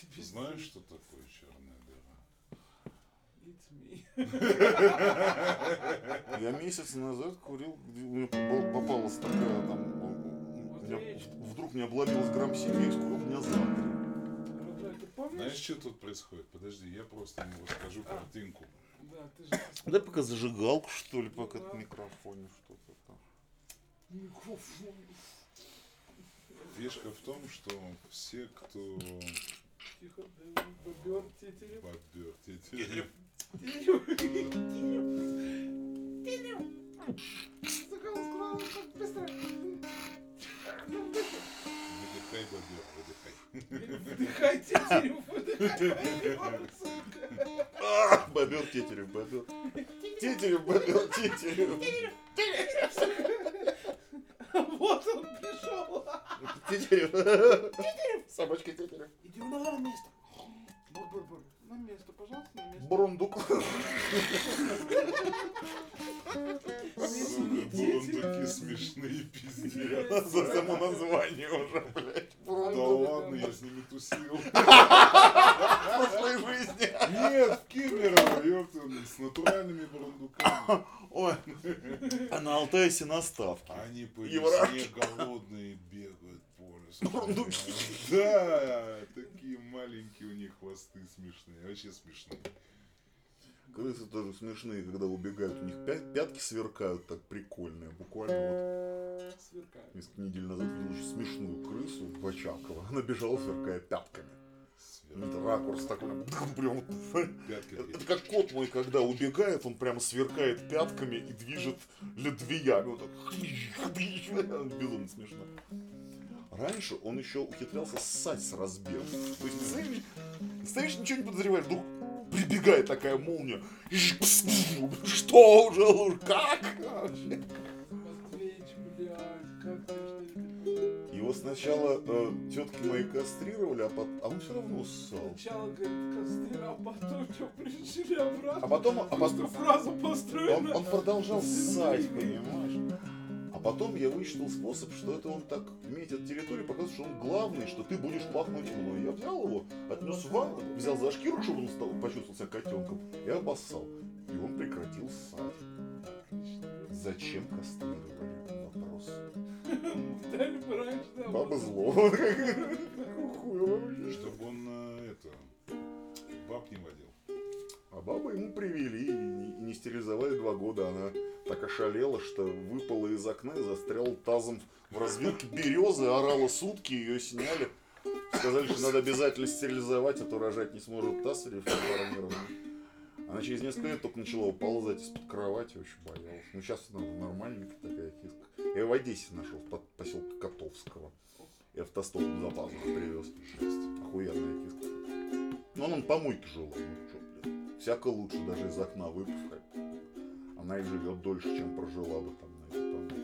Знаешь, что такое черная дыра? It's me. Я месяц назад курил, где у меня попалась такая там, вдруг мне обломилась грамм 7, я их скурил дня за 3. Родной, ты помнишь? Знаешь, что тут происходит? Подожди, я просто ему расскажу картинку. Да, ты же... Дай пока зажигалку, что ли, пока в микрофоне что-то там. Микрофон. Фишка в том, что все, кто Тихо, да, бобер, тетерев. побер тетерев, выдыхай, бобер, выдыхай. Вдыхай, тетерев, выдыхай, Бобер, тетерев, бобер. Тетерев, бобер, тетерев. вот он пришел. Тетерев. Собачка тетерев. Иди на место. Бур-бур-бур. На место, пожалуйста, на место. Бурундук. Бурундуки смешные, пиздец. За само название уже, блядь. Да Бурундук. ладно, я с ними тусил. В прошлой жизни. Нет, в Кемерово, ёпта, с натуральными бурундуками. Ой. А на Алтае сеноставки. Они по Еврашки. весне голодные бегают по лесу. Бурундуки. Да, такие маленькие у них хвосты смешные, вообще смешные. Крысы тоже смешные, когда убегают, у них пятки сверкают так прикольные. Буквально Сверкает. вот несколько недель назад видел очень смешную крысу в Очаково. Она бежала, сверкая пятками. Это ракурс такой, прям, Пятки это как кот мой, когда убегает, он прямо сверкает пятками и движет ледвиями. Вот так. Безумно смешно. Раньше он еще ухитрялся ссать с разбегу. То есть, стоишь, ничего не подозреваешь, вдруг прибегает такая молния. Что уже? Как? Матвеич, блядь, как ты что? Его сначала тетки мои кастрировали, а он все равно ссал. Сначала, говорит, кастрировал, а потом что, пришили обратно? А потом Просто фраза построена. он продолжал ссать, понимаешь? А потом я вычитал способ, что это он так метит территорию, показывает, что он главный, что ты будешь пахнуть мной. Я взял его, отнес в ванну, взял за шкиру, чтобы он почувствовал себя котенком, и обоссал. И он прекратил ссать. Зачем кастрировали? Вопрос. Дали бы раньше, да. Баба зло. Чтобы он баб не водил. А бабу ему привели и не стерилизовали 2 года. Она так ошалела, что выпала из окна и застряла тазом в развилке березы, орала сутки, ее сняли. Сказали, что надо обязательно стерилизовать, а то рожать не сможет таз реформированный. Она через несколько лет только начала уползать из-под кровати, очень боялась. Ну сейчас она нормальненькая такая киска. Я ее в Одессе нашел, в поселке Котовского. Я автостопом за пазуху привез. Жесть. Охуенная киска. Но она на помойке жила. Ну что, блин. Всяко лучше, даже из окна выпускать. Она и живет дольше, чем прожила бы там на этой помойке.